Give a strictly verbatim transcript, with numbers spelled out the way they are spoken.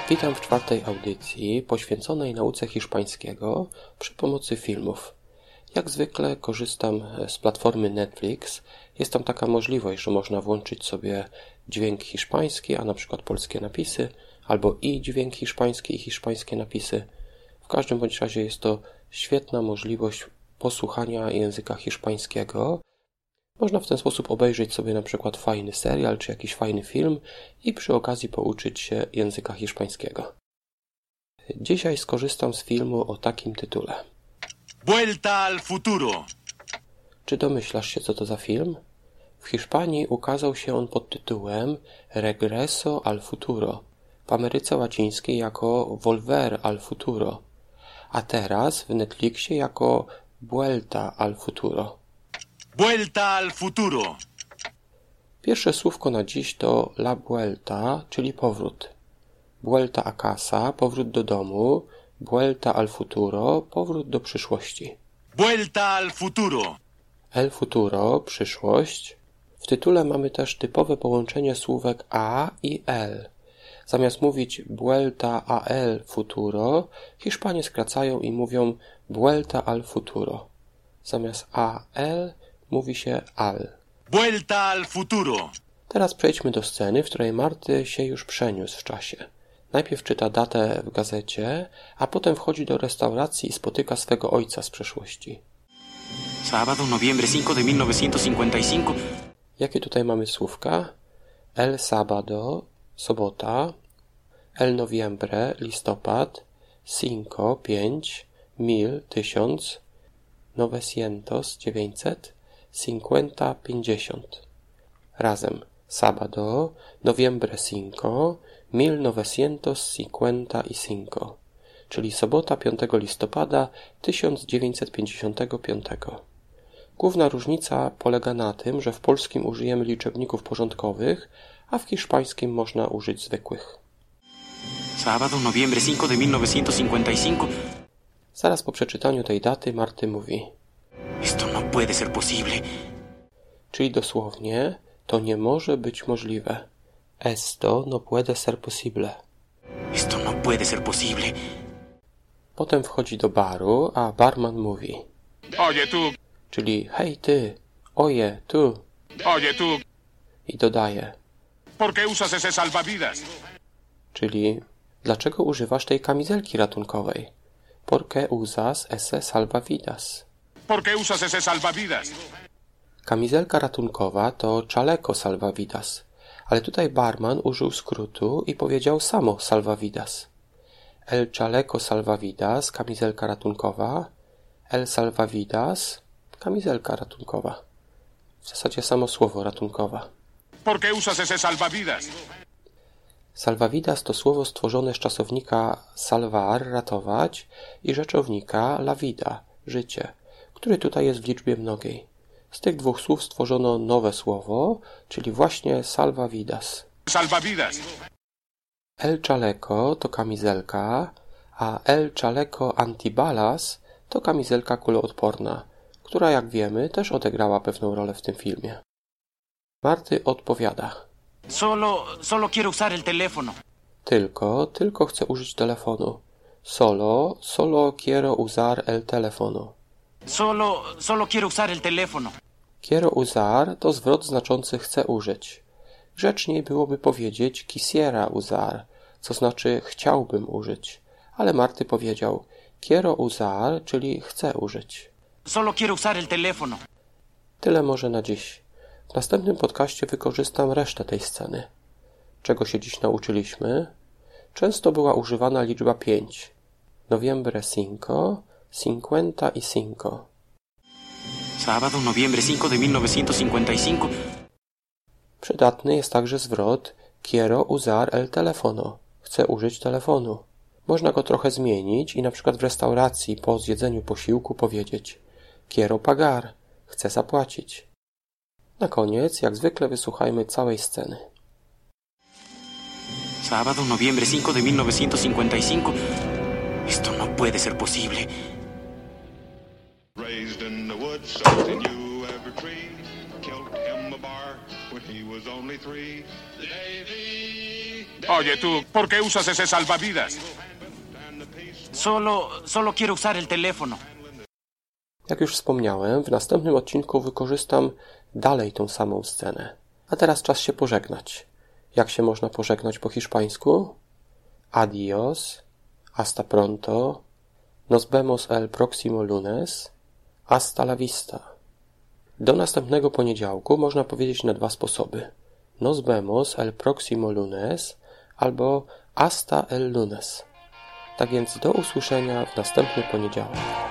Witam w czwartej audycji poświęconej nauce hiszpańskiego przy pomocy filmów. Jak zwykle korzystam z platformy Netflix. Jest tam taka możliwość, że można włączyć sobie dźwięk hiszpański, a na przykład polskie napisy, albo i dźwięk hiszpański i hiszpańskie napisy. W każdym bądź razie jest to świetna możliwość posłuchania języka hiszpańskiego. Można w ten sposób obejrzeć sobie na przykład fajny serial czy jakiś fajny film i przy okazji pouczyć się języka hiszpańskiego. Dzisiaj skorzystam z filmu o takim tytule. Vuelta al futuro. Czy domyślasz się, co to za film? W Hiszpanii ukazał się on pod tytułem Regreso al futuro, w Ameryce Łacińskiej jako Volver al futuro, a teraz w Netflixie jako Vuelta al futuro. Vuelta al futuro. Pierwsze słówko na dziś to la vuelta, czyli powrót. Vuelta a casa, powrót do domu. Vuelta al futuro, powrót do przyszłości. Vuelta al futuro. El futuro, przyszłość. W tytule mamy też typowe połączenie słówek a i el. Zamiast mówić vuelta a el futuro, Hiszpanie skracają i mówią vuelta al futuro. Zamiast a, el mówi się al. Vuelta al futuro. Teraz przejdźmy do sceny, w której Marty się już przeniósł w czasie. Najpierw czyta datę w gazecie, a potem wchodzi do restauracji i spotyka swego ojca z przeszłości. Sábado, noviembre cinco de mil novecientos cincuenta y cinco. Jakie tutaj mamy słówka? El sábado, sobota. El noviembre, listopad. Cinco, pięć. Mil, tysiąc. Novecientos, dziewięćset. Cincuenta, pięćdziesiąt. Razem. Sábado, noviembre cinco, mil novecientos cincuenta y cinco, czyli sobota piątego listopada tysiąc dziewięćset pięćdziesiątego piątego. Główna różnica polega na tym, że w polskim użyjemy liczebników porządkowych, a w hiszpańskim można użyć zwykłych. Sábado, noviembre cinco de mil novecientos cincuenta y cinco. Zaraz po przeczytaniu tej daty Marty mówi: Esto no puede ser posible. Czyli dosłownie, to nie może być możliwe. Esto no puede ser posible. Esto no puede ser posible. Potem wchodzi do baru, a barman mówi: Oye tú, czyli hej ty, oje tu, oye tú, i dodaje, ¿por qué usas ese salvavidas? czyli dlaczego używasz tej kamizelki ratunkowej? ¿Por qué usas ese salvavidas? ¿Por qué usas ese salvavidas? Kamizelka ratunkowa to chaleco salvavidas, ale tutaj barman użył skrótu i powiedział samo salvavidas. El chaleco salvavidas, kamizelka ratunkowa. El salvavidas, kamizelka ratunkowa. W zasadzie samo słowo ratunkowa. ¿Por qué usas ese salvavidas? Salvavidas to słowo stworzone z czasownika salvar, ratować, i rzeczownika la vida, życie, który tutaj jest w liczbie mnogiej. Z tych dwóch słów stworzono nowe słowo, czyli właśnie salvavidas. Salvavidas. El chaleco to kamizelka, a el chaleco antibalas to kamizelka kuloodporna, która, jak wiemy, też odegrała pewną rolę w tym filmie. Marty odpowiada: Solo, solo quiero usar el teléfono. Tylko, tylko chcę użyć telefonu. Solo, solo quiero usar el teléfono. Solo, solo quiero usar el teléfono. Quiero usar to zwrot znaczący chcę użyć. Grzeczniej byłoby powiedzieć quisiera usar, co znaczy chciałbym użyć. Ale Marty powiedział quiero usar, czyli chcę użyć. Solo quiero usar el teléfono. Tyle może na dziś. W następnym podcaście wykorzystam resztę tej sceny. Czego się dziś nauczyliśmy? Często była używana liczba pięć. Noviembre cinco, cincuenta y cinco. Sábado, noviembre cinco de mil novecientos cincuenta y cinco. Przydatny jest także zwrot quiero usar el teléfono. Chcę użyć telefonu. Można go trochę zmienić i na przykład w restauracji po zjedzeniu posiłku powiedzieć quiero pagar. Chcę zapłacić. Na koniec, jak zwykle, wysłuchajmy całej sceny. Sábado, noviembre cinco de mil novecientos cincuenta y cinco. Esto no puede ser posible. Raised in the woods, something knew every tree. Killed him a bar when he was only three. Davy, Oye, tú, ¿por qué usas ese salvavidas? Solo, solo quiero usar el teléfono. Jak już wspomniałem, w następnym odcinku wykorzystam dalej tą samą scenę. A teraz czas się pożegnać. Jak się można pożegnać po hiszpańsku? Adios, hasta pronto, nos vemos el próximo lunes, hasta la vista. Do następnego poniedziałku można powiedzieć na dwa sposoby. Nos vemos el próximo lunes albo hasta el lunes. Tak więc do usłyszenia w następny poniedziałek.